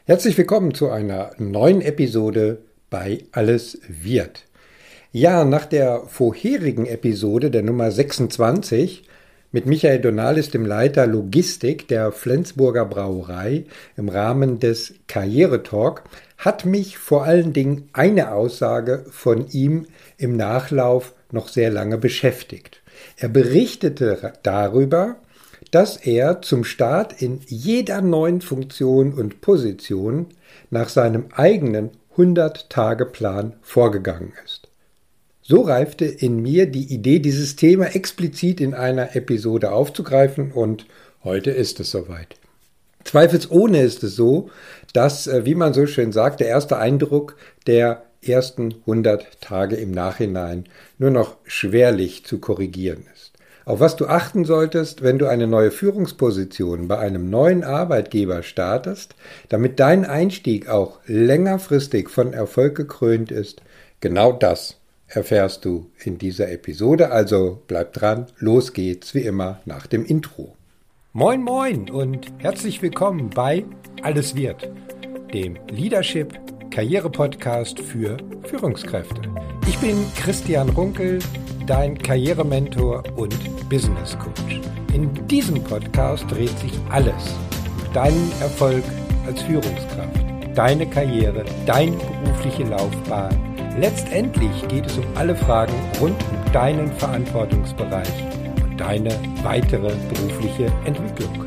Herzlich willkommen zu einer neuen Episode bei Alles wird. Ja, nach der vorherigen Episode, der Nummer 26, mit Michael Donalis, dem Leiter Logistik der Flensburger Brauerei im Rahmen des Karrieretalk, hat mich vor allen Dingen eine Aussage von ihm im Nachlauf noch sehr lange beschäftigt. Er berichtete darüber, dass er zum Start in jeder neuen Funktion und Position nach seinem eigenen 100-Tage-Plan vorgegangen ist. So reifte in mir die Idee, dieses Thema explizit in einer Episode aufzugreifen, und heute ist es soweit. Zweifelsohne ist es so, dass, wie man so schön sagt, der erste Eindruck der ersten 100 Tage im Nachhinein nur noch schwerlich zu korrigieren ist. Auf was du achten solltest, wenn du eine neue Führungsposition bei einem neuen Arbeitgeber startest, damit dein Einstieg auch längerfristig von Erfolg gekrönt ist, genau das erfährst du in dieser Episode. Also bleib dran, los geht's wie immer nach dem Intro. Moin moin und herzlich willkommen bei Alles wird, dem Leadership-Karriere-Podcast für Führungskräfte. Ich bin Christian Runkel, dein Karrierementor und Business Coach. In diesem Podcast dreht sich alles um deinen Erfolg als Führungskraft, deine Karriere, deine berufliche Laufbahn. Letztendlich geht es um alle Fragen rund um deinen Verantwortungsbereich und deine weitere berufliche Entwicklung.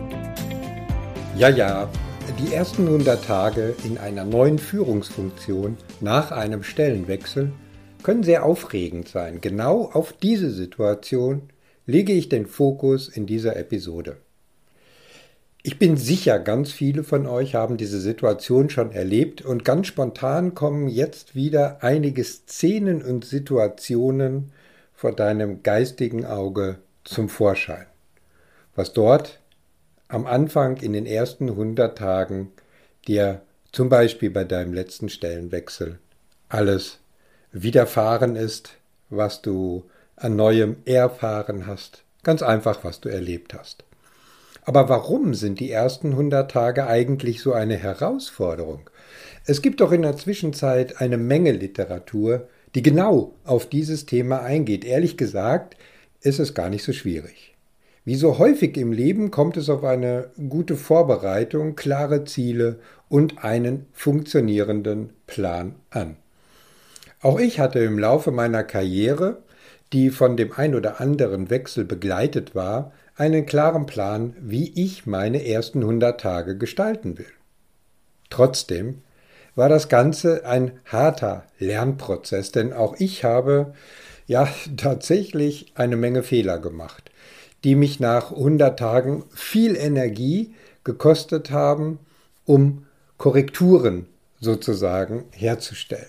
Ja, die ersten 100 Tage in einer neuen Führungsfunktion nach einem Stellenwechsel können sehr aufregend sein. Genau auf diese Situation lege ich den Fokus in dieser Episode. Ich bin sicher, ganz viele von euch haben diese Situation schon erlebt, und ganz spontan kommen jetzt wieder einige Szenen und Situationen vor deinem geistigen Auge zum Vorschein. Was dort am Anfang in den ersten 100 Tagen dir zum Beispiel bei deinem letzten Stellenwechsel alles widerfahren ist, was du an Neuem erfahren hast, ganz einfach, was du erlebt hast. Aber warum sind die ersten 100 Tage eigentlich so eine Herausforderung? Es gibt doch in der Zwischenzeit eine Menge Literatur, die genau auf dieses Thema eingeht. Ehrlich gesagt, ist es gar nicht so schwierig. Wie so häufig im Leben kommt es auf eine gute Vorbereitung, klare Ziele und einen funktionierenden Plan an. Auch ich hatte im Laufe meiner Karriere, die von dem ein oder anderen Wechsel begleitet war, einen klaren Plan, wie ich meine ersten 100 Tage gestalten will. Trotzdem war das Ganze ein harter Lernprozess, denn auch ich habe tatsächlich eine Menge Fehler gemacht, die mich nach 100 Tagen viel Energie gekostet haben, um Korrekturen sozusagen herzustellen.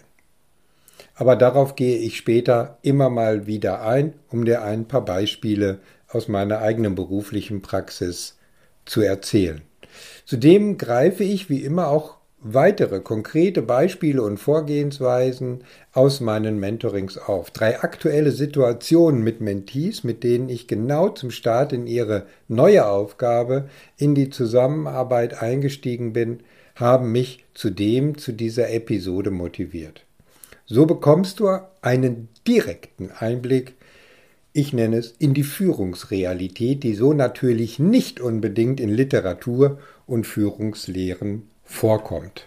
Aber darauf gehe ich später immer mal wieder ein, um dir ein paar Beispiele aus meiner eigenen beruflichen Praxis zu erzählen. Zudem greife ich wie immer auch weitere konkrete Beispiele und Vorgehensweisen aus meinen Mentorings auf. 3 aktuelle Situationen mit Mentees, mit denen ich genau zum Start in ihre neue Aufgabe in die Zusammenarbeit eingestiegen bin, haben mich zu dieser Episode motiviert. So bekommst du einen direkten Einblick, ich nenne es, in die Führungsrealität, die so natürlich nicht unbedingt in Literatur und Führungslehren vorkommt.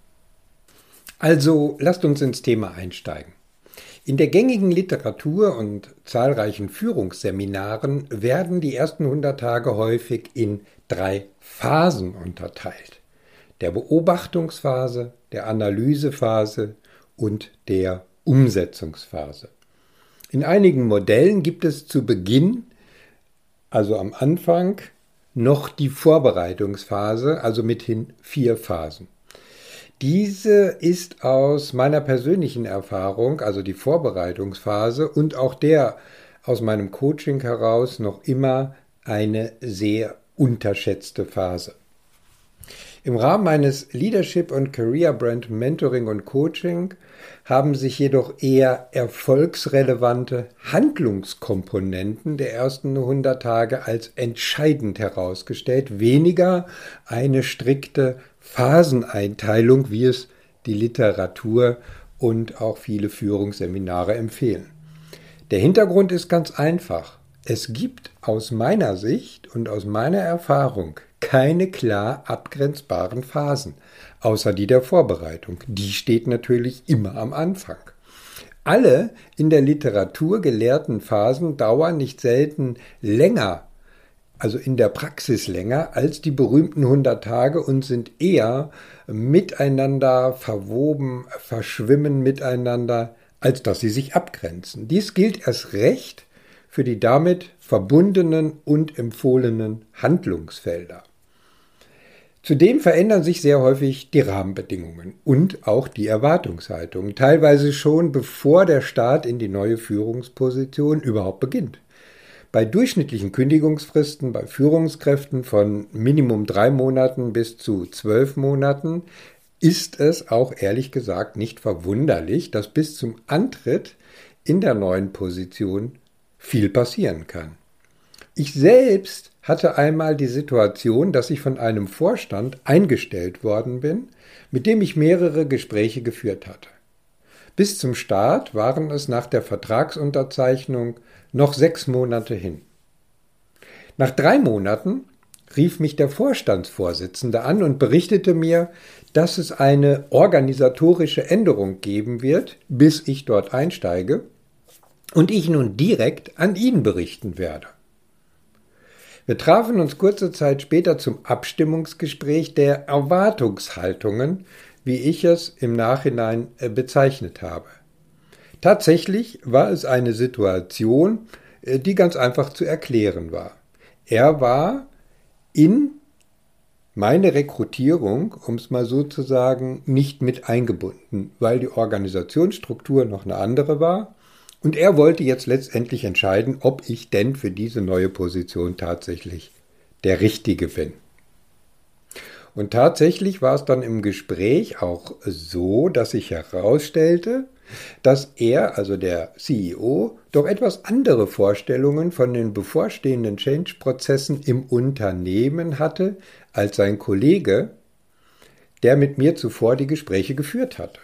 Also lasst uns ins Thema einsteigen. In der gängigen Literatur und zahlreichen Führungsseminaren werden die ersten 100 Tage häufig in 3 Phasen unterteilt: der Beobachtungsphase, der Analysephase und der Umsetzungsphase. In einigen Modellen gibt es zu Beginn, also am Anfang, noch die Vorbereitungsphase, also mithin 4 Phasen. Diese ist aus meiner persönlichen Erfahrung, also die Vorbereitungsphase, und auch der aus meinem Coaching heraus noch immer eine sehr unterschätzte Phase. Im Rahmen meines Leadership- und Career Brand Mentoring und Coaching haben sich jedoch eher erfolgsrelevante Handlungskomponenten der ersten 100 Tage als entscheidend herausgestellt, weniger eine strikte Phaseneinteilung, wie es die Literatur und auch viele Führungsseminare empfehlen. Der Hintergrund ist ganz einfach. Es gibt aus meiner Sicht und aus meiner Erfahrung keine klar abgrenzbaren Phasen, außer die der Vorbereitung. Die steht natürlich immer am Anfang. Alle in der Literatur gelehrten Phasen dauern nicht selten länger, also in der Praxis länger, als die berühmten 100 Tage und sind eher miteinander verwoben, verschwimmen miteinander, als dass sie sich abgrenzen. Dies gilt erst recht für die damit verbundenen und empfohlenen Handlungsfelder. Zudem verändern sich sehr häufig die Rahmenbedingungen und auch die Erwartungshaltung, teilweise schon bevor der Start in die neue Führungsposition überhaupt beginnt. Bei durchschnittlichen Kündigungsfristen bei Führungskräften von Minimum 3 Monaten bis zu 12 Monaten ist es auch ehrlich gesagt nicht verwunderlich, dass bis zum Antritt in der neuen Position viel passieren kann. Ich selbst hatte einmal die Situation, dass ich von einem Vorstand eingestellt worden bin, mit dem ich mehrere Gespräche geführt hatte. Bis zum Start waren es nach der Vertragsunterzeichnung noch 6 Monate hin. Nach 3 Monaten rief mich der Vorstandsvorsitzende an und berichtete mir, dass es eine organisatorische Änderung geben wird, bis ich dort einsteige und ich nun direkt an ihn berichten werde. Wir trafen uns kurze Zeit später zum Abstimmungsgespräch der Erwartungshaltungen, wie ich es im Nachhinein bezeichnet habe. Tatsächlich war es eine Situation, die ganz einfach zu erklären war. Er war in meine Rekrutierung, um es mal so zu sagen, nicht mit eingebunden, weil die Organisationsstruktur noch eine andere war. Und er wollte jetzt letztendlich entscheiden, ob ich denn für diese neue Position tatsächlich der Richtige bin. Und tatsächlich war es dann im Gespräch auch so, dass sich herausstellte, dass er, also der CEO, doch etwas andere Vorstellungen von den bevorstehenden Change-Prozessen im Unternehmen hatte als sein Kollege, der mit mir zuvor die Gespräche geführt hatte.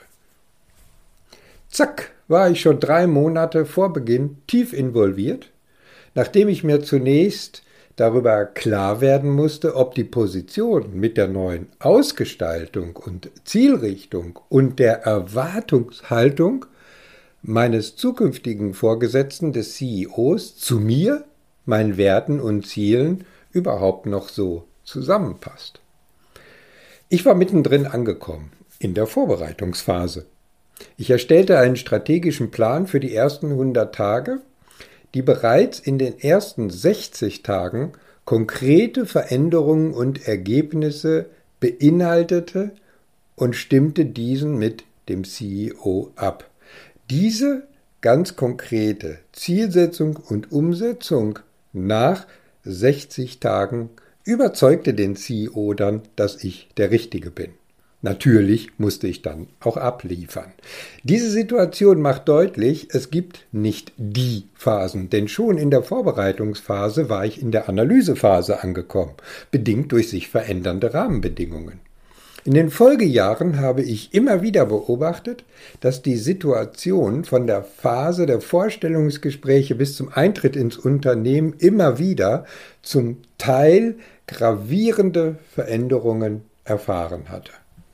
Zack, war ich schon 3 Monate vor Beginn tief involviert, nachdem ich mir zunächst darüber klar werden musste, ob die Position mit der neuen Ausgestaltung und Zielrichtung und der Erwartungshaltung meines zukünftigen Vorgesetzten des CEOs zu mir, meinen Werten und Zielen überhaupt noch so zusammenpasst. Ich war mittendrin angekommen, in der Vorbereitungsphase. Ich erstellte einen strategischen Plan für die ersten 100 Tage, die bereits in den ersten 60 Tagen konkrete Veränderungen und Ergebnisse beinhaltete und stimmte diesen mit dem CEO ab. Diese ganz konkrete Zielsetzung und Umsetzung nach 60 Tagen überzeugte den CEO dann, dass ich der Richtige bin. Natürlich musste ich dann auch abliefern. Diese Situation macht deutlich, es gibt nicht die Phasen, denn schon in der Vorbereitungsphase war ich in der Analysephase angekommen, bedingt durch sich verändernde Rahmenbedingungen. In den Folgejahren habe ich immer wieder beobachtet, dass die Situation von der Phase der Vorstellungsgespräche bis zum Eintritt ins Unternehmen immer wieder zum Teil gravierende Veränderungen erfahren hatte.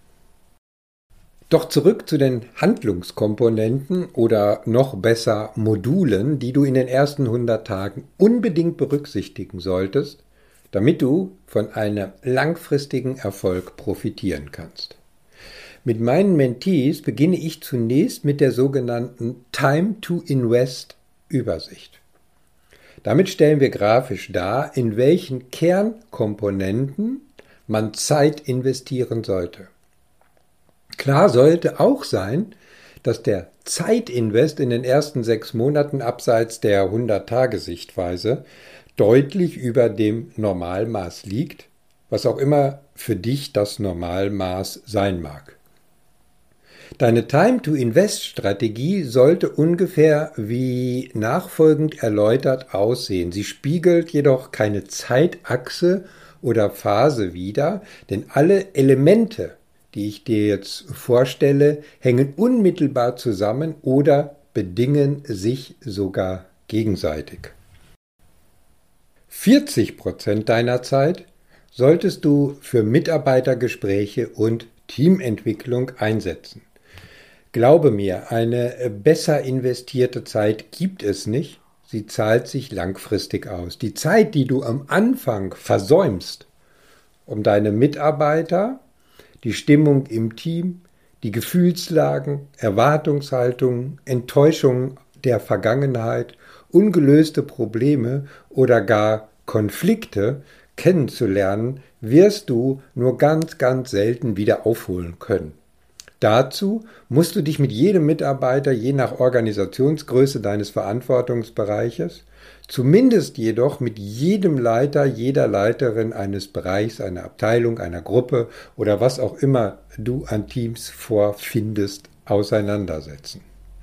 Doch zurück zu den Handlungskomponenten oder noch besser Modulen, die du in den ersten 100 Tagen unbedingt berücksichtigen solltest, damit du von einem langfristigen Erfolg profitieren kannst. Mit meinen Mentees beginne ich zunächst mit der sogenannten Time to Invest Übersicht. Damit stellen wir grafisch dar, in welchen Kernkomponenten man Zeit investieren sollte. Klar sollte auch sein, dass der Zeitinvest in den ersten 6 Monaten abseits der 100-Tage-Sichtweise deutlich über dem Normalmaß liegt, was auch immer für dich das Normalmaß sein mag. Deine Time-to-Invest-Strategie sollte ungefähr wie nachfolgend erläutert aussehen. Sie spiegelt jedoch keine Zeitachse oder Phase wieder, denn alle Elemente, die ich dir jetzt vorstelle, hängen unmittelbar zusammen oder bedingen sich sogar gegenseitig. 40% deiner Zeit solltest du für Mitarbeitergespräche und Teamentwicklung einsetzen. Glaube mir, eine besser investierte Zeit gibt es nicht. Sie zahlt sich langfristig aus. Die Zeit, die du am Anfang versäumst, um deine Mitarbeiter, die Stimmung im Team, die Gefühlslagen, Erwartungshaltungen, Enttäuschungen der Vergangenheit, ungelöste Probleme oder gar Konflikte kennenzulernen, wirst du nur ganz, ganz selten wieder aufholen können. Dazu musst du dich mit jedem Mitarbeiter je nach Organisationsgröße deines Verantwortungsbereiches, zumindest jedoch mit jedem Leiter, jeder Leiterin eines Bereichs, einer Abteilung, einer Gruppe oder was auch immer du an Teams vorfindest, auseinandersetzen.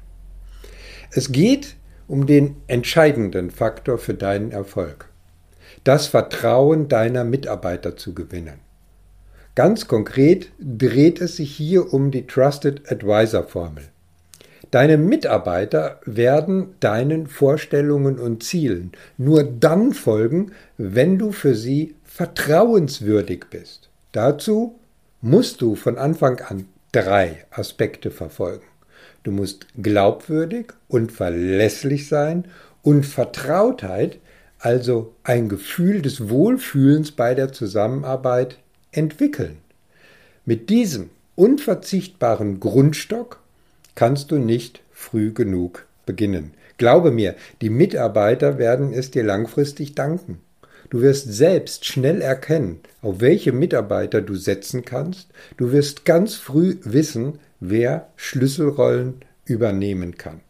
Es geht um den entscheidenden Faktor für deinen Erfolg: das Vertrauen deiner Mitarbeiter zu gewinnen. Ganz konkret dreht es sich hier um die Trusted Advisor Formel. Deine Mitarbeiter werden deinen Vorstellungen und Zielen nur dann folgen, wenn du für sie vertrauenswürdig bist. Dazu musst du von Anfang an 3 Aspekte verfolgen. Du musst glaubwürdig und verlässlich sein und Vertrautheit, also ein Gefühl des Wohlfühlens bei der Zusammenarbeit, entwickeln. Mit diesem unverzichtbaren Grundstock kannst du nicht früh genug beginnen. Glaube mir, die Mitarbeiter werden es dir langfristig danken. Du wirst selbst schnell erkennen, auf welche Mitarbeiter du setzen kannst. Du wirst ganz früh wissen, wer Schlüsselrollen übernehmen kann.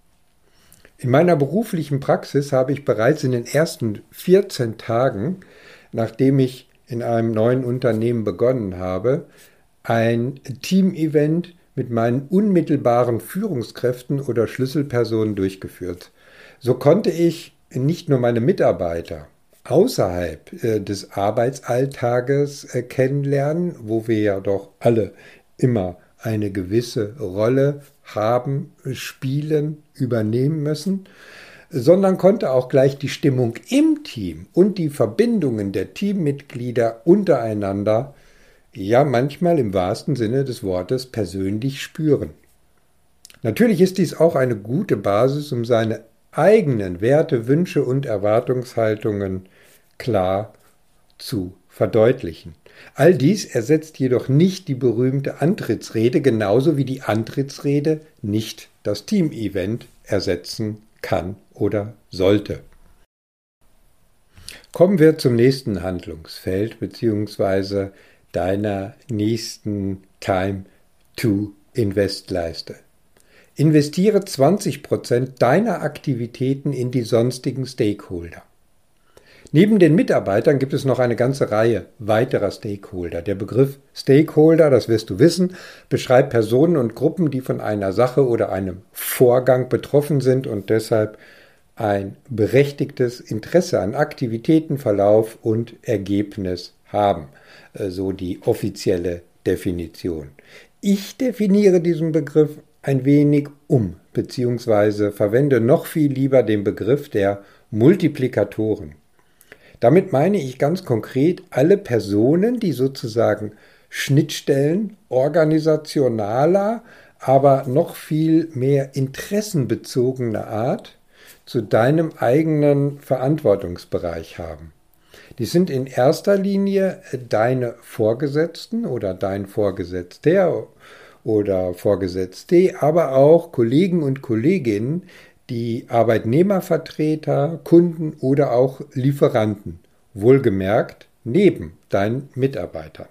In meiner beruflichen Praxis habe ich bereits in den ersten 14 Tagen, nachdem ich in einem neuen Unternehmen begonnen habe, ein Team-Event mit meinen unmittelbaren Führungskräften oder Schlüsselpersonen durchgeführt. So konnte ich nicht nur meine Mitarbeiter außerhalb des Arbeitsalltages kennenlernen, wo wir ja doch alle immer eine gewisse Rolle haben, spielen, übernehmen müssen, sondern konnte auch gleich die Stimmung im Team und die Verbindungen der Teammitglieder untereinander, ja manchmal im wahrsten Sinne des Wortes, persönlich spüren. Natürlich ist dies auch eine gute Basis, um seine eigenen Werte, Wünsche und Erwartungshaltungen klar zu verdeutlichen. All dies ersetzt jedoch nicht die berühmte Antrittsrede, genauso wie die Antrittsrede nicht das Team-Event ersetzen kann oder sollte. Kommen wir zum nächsten Handlungsfeld bzw. deiner nächsten Time-to-Invest-Leiste. Investiere 20% deiner Aktivitäten in die sonstigen Stakeholder. Neben den Mitarbeitern gibt es noch eine ganze Reihe weiterer Stakeholder. Der Begriff Stakeholder, das wirst du wissen, beschreibt Personen und Gruppen, die von einer Sache oder einem Vorgang betroffen sind und deshalb ein berechtigtes Interesse an Aktivitäten, Verlauf und Ergebnis haben. So die offizielle Definition. Ich definiere diesen Begriff ein wenig beziehungsweise verwende noch viel lieber den Begriff der Multiplikatoren. Damit meine ich ganz konkret alle Personen, die sozusagen Schnittstellen organisationaler, aber noch viel mehr interessenbezogener Art zu deinem eigenen Verantwortungsbereich haben. Die sind in erster Linie deine Vorgesetzten oder dein Vorgesetzter oder Vorgesetzte, aber auch Kollegen und Kolleginnen, die Arbeitnehmervertreter, Kunden oder auch Lieferanten, wohlgemerkt neben deinen Mitarbeitern.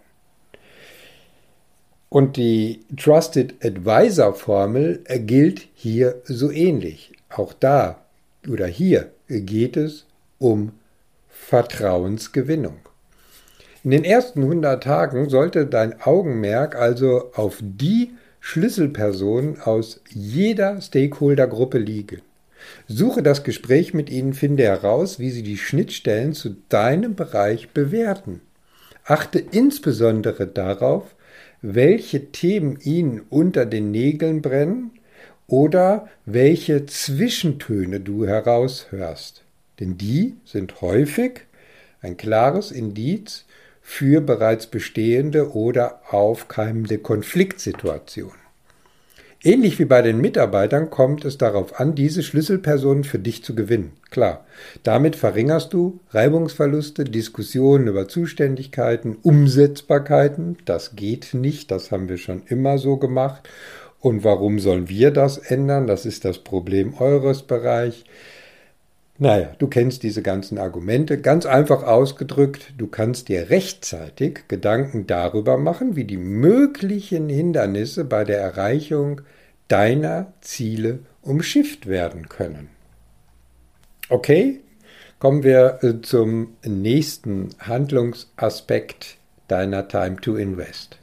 Und die Trusted Advisor Formel gilt hier so ähnlich. Auch da oder hier geht es um Vertrauensgewinnung. In den ersten 100 Tagen sollte dein Augenmerk also auf die Schlüsselpersonen aus jeder Stakeholdergruppe liegen. Suche das Gespräch mit ihnen, finde heraus, wie sie die Schnittstellen zu deinem Bereich bewerten. Achte insbesondere darauf, welche Themen Ihnen unter den Nägeln brennen oder welche Zwischentöne du heraushörst. Denn die sind häufig ein klares Indiz für bereits bestehende oder aufkeimende Konfliktsituationen. Ähnlich wie bei den Mitarbeitern kommt es darauf an, diese Schlüsselpersonen für dich zu gewinnen. Klar, damit verringerst du Reibungsverluste, Diskussionen über Zuständigkeiten, Umsetzbarkeiten. Das geht nicht, das haben wir schon immer so gemacht. Und warum sollen wir das ändern? Das ist das Problem eures Bereichs. Naja, du kennst diese ganzen Argumente. Ganz einfach ausgedrückt, du kannst dir rechtzeitig Gedanken darüber machen, wie die möglichen Hindernisse bei der Erreichung deiner Ziele umschifft werden können. Okay, kommen wir zum nächsten Handlungsaspekt deiner Time to Invest.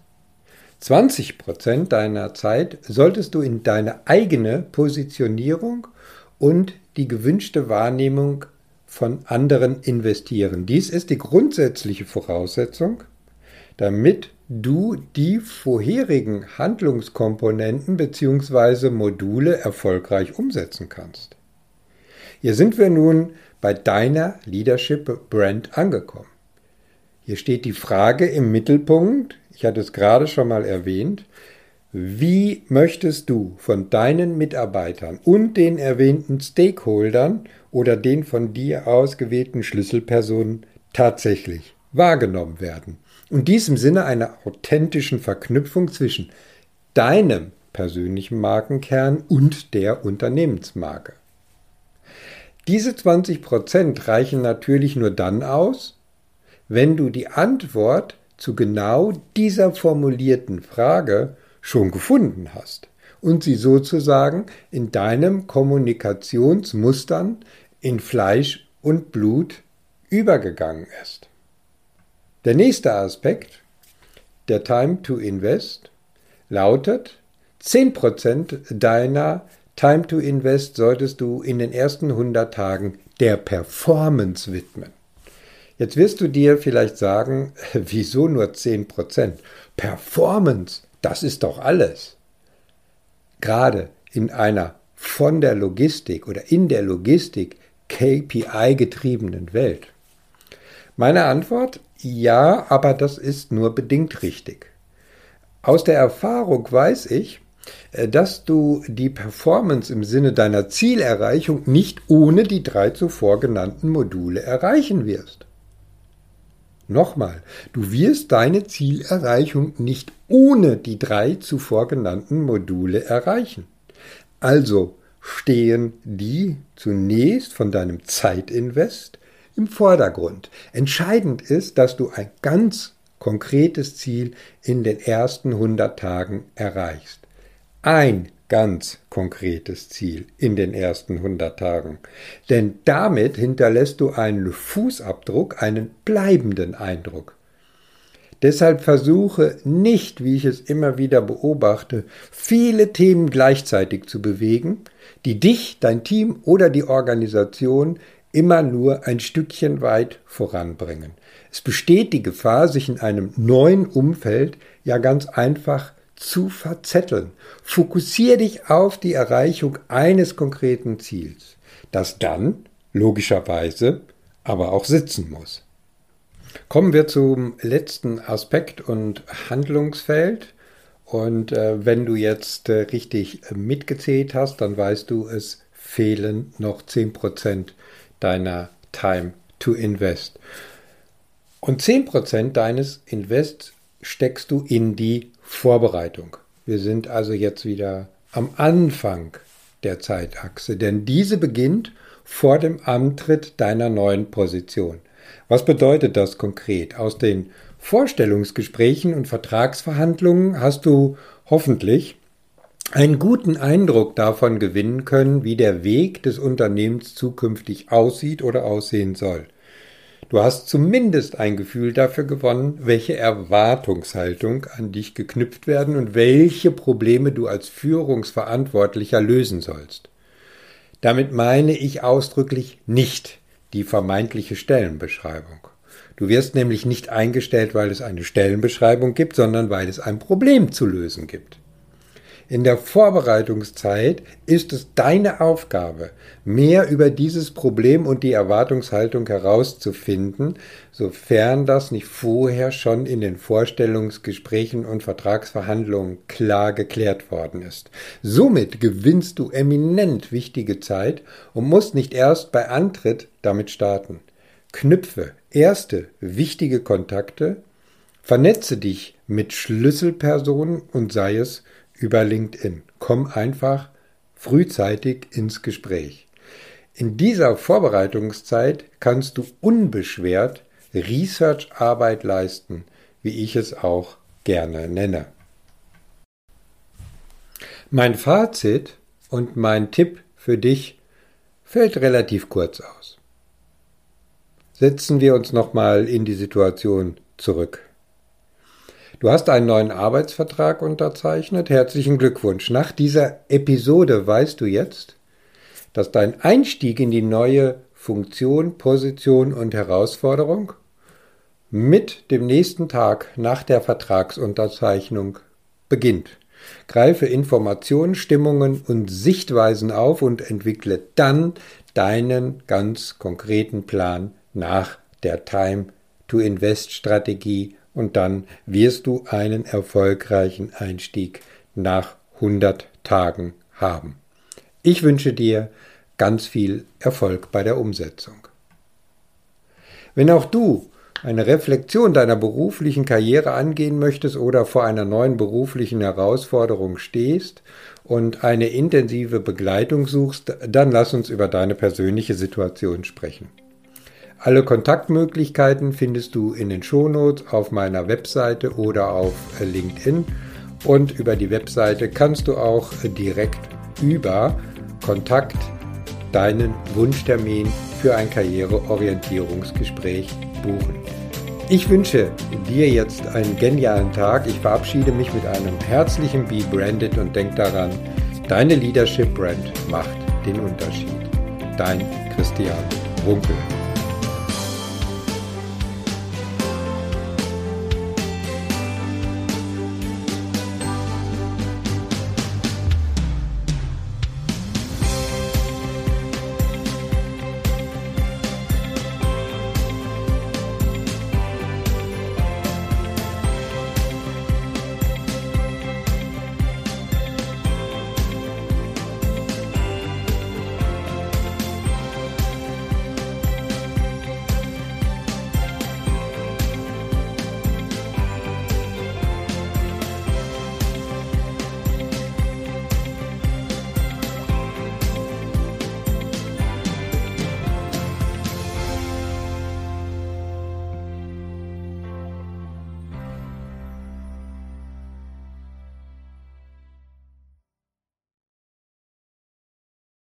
20% deiner Zeit solltest du in deine eigene Positionierung und die gewünschte Wahrnehmung von anderen investieren. Dies ist die grundsätzliche Voraussetzung, damit du die vorherigen Handlungskomponenten bzw. Module erfolgreich umsetzen kannst. Hier sind wir nun bei deiner Leadership Brand angekommen. Hier steht die Frage im Mittelpunkt, ich hatte es gerade schon mal erwähnt, wie möchtest du von deinen Mitarbeitern und den erwähnten Stakeholdern oder den von dir ausgewählten Schlüsselpersonen tatsächlich wahrgenommen werden? Und dies im Sinne einer authentischen Verknüpfung zwischen deinem persönlichen Markenkern und der Unternehmensmarke. Diese 20% reichen natürlich nur dann aus, wenn du die Antwort zu genau dieser formulierten Frage schon gefunden hast und sie sozusagen in deinem Kommunikationsmustern in Fleisch und Blut übergegangen ist. Der nächste Aspekt der Time to Invest lautet, 10% deiner Time to Invest solltest du in den ersten 100 Tagen der Performance widmen. Jetzt wirst du dir vielleicht sagen, wieso nur 10%? Performance, das ist doch alles. Gerade in einer von der Logistik oder in der Logistik KPI-getriebenen Welt. Meine Antwort, ja, aber das ist nur bedingt richtig. Aus der Erfahrung weiß ich, dass du die Performance im Sinne deiner Zielerreichung nicht ohne die 3 zuvor genannten Module erreichen wirst. Nochmal, du wirst deine Zielerreichung nicht ohne die 3 zuvor genannten Module erreichen. Also stehen die zunächst von deinem Zeitinvest im Vordergrund. Entscheidend ist, dass du ein ganz konkretes Ziel in den ersten 100 Tagen erreichst. Ein ganz konkretes Ziel in den ersten 100 Tagen. Denn damit hinterlässt du einen Fußabdruck, einen bleibenden Eindruck. Deshalb versuche nicht, wie ich es immer wieder beobachte, viele Themen gleichzeitig zu bewegen, die dich, dein Team oder die Organisation immer nur ein Stückchen weit voranbringen. Es besteht die Gefahr, sich in einem neuen Umfeld ja ganz einfach zu verzetteln. Fokussiere dich auf die Erreichung eines konkreten Ziels, das dann logischerweise aber auch sitzen muss. Kommen wir zum letzten Aspekt und Handlungsfeld. Und wenn du jetzt richtig mitgezählt hast, dann weißt du, es fehlen noch 10% deiner Time to Invest. Und 10% deines Invests steckst du in die Vorbereitung. Wir sind also jetzt wieder am Anfang der Zeitachse, denn diese beginnt vor dem Antritt deiner neuen Position. Was bedeutet das konkret? Aus den Vorstellungsgesprächen und Vertragsverhandlungen hast du hoffentlich einen guten Eindruck davon gewinnen können, wie der Weg des Unternehmens zukünftig aussieht oder aussehen soll. Du hast zumindest ein Gefühl dafür gewonnen, welche Erwartungshaltung an dich geknüpft werden und welche Probleme du als Führungsverantwortlicher lösen sollst. Damit meine ich ausdrücklich nicht die vermeintliche Stellenbeschreibung. Du wirst nämlich nicht eingestellt, weil es eine Stellenbeschreibung gibt, sondern weil es ein Problem zu lösen gibt. In der Vorbereitungszeit ist es deine Aufgabe, mehr über dieses Problem und die Erwartungshaltung herauszufinden, sofern das nicht vorher schon in den Vorstellungsgesprächen und Vertragsverhandlungen klar geklärt worden ist. Somit gewinnst du eminent wichtige Zeit und musst nicht erst bei Antritt damit starten. Knüpfe erste wichtige Kontakte, vernetze dich mit Schlüsselpersonen und sei es über LinkedIn. Komm einfach frühzeitig ins Gespräch. In dieser Vorbereitungszeit kannst du unbeschwert Research-Arbeit leisten, wie ich es auch gerne nenne. Mein Fazit und mein Tipp für dich fällt relativ kurz aus. Setzen wir uns nochmal in die Situation zurück. Du hast einen neuen Arbeitsvertrag unterzeichnet. Herzlichen Glückwunsch. Nach dieser Episode weißt du jetzt, dass dein Einstieg in die neue Funktion, Position und Herausforderung mit dem nächsten Tag nach der Vertragsunterzeichnung beginnt. Greife Informationen, Stimmungen und Sichtweisen auf und entwickle dann deinen ganz konkreten Plan nach der Time-to-Invest-Strategie und dann wirst du einen erfolgreichen Einstieg nach 100 Tagen haben. Ich wünsche dir ganz viel Erfolg bei der Umsetzung. Wenn auch du eine Reflexion deiner beruflichen Karriere angehen möchtest oder vor einer neuen beruflichen Herausforderung stehst und eine intensive Begleitung suchst, dann lass uns über deine persönliche Situation sprechen. Alle Kontaktmöglichkeiten findest du in den Shownotes auf meiner Webseite oder auf LinkedIn und über die Webseite kannst du auch direkt über Kontakt deinen Wunschtermin für ein Karriereorientierungsgespräch buchen. Ich wünsche dir jetzt einen genialen Tag. Ich verabschiede mich mit einem herzlichen Be Branded und denk daran, deine Leadership Brand macht den Unterschied. Dein Christian Runkel.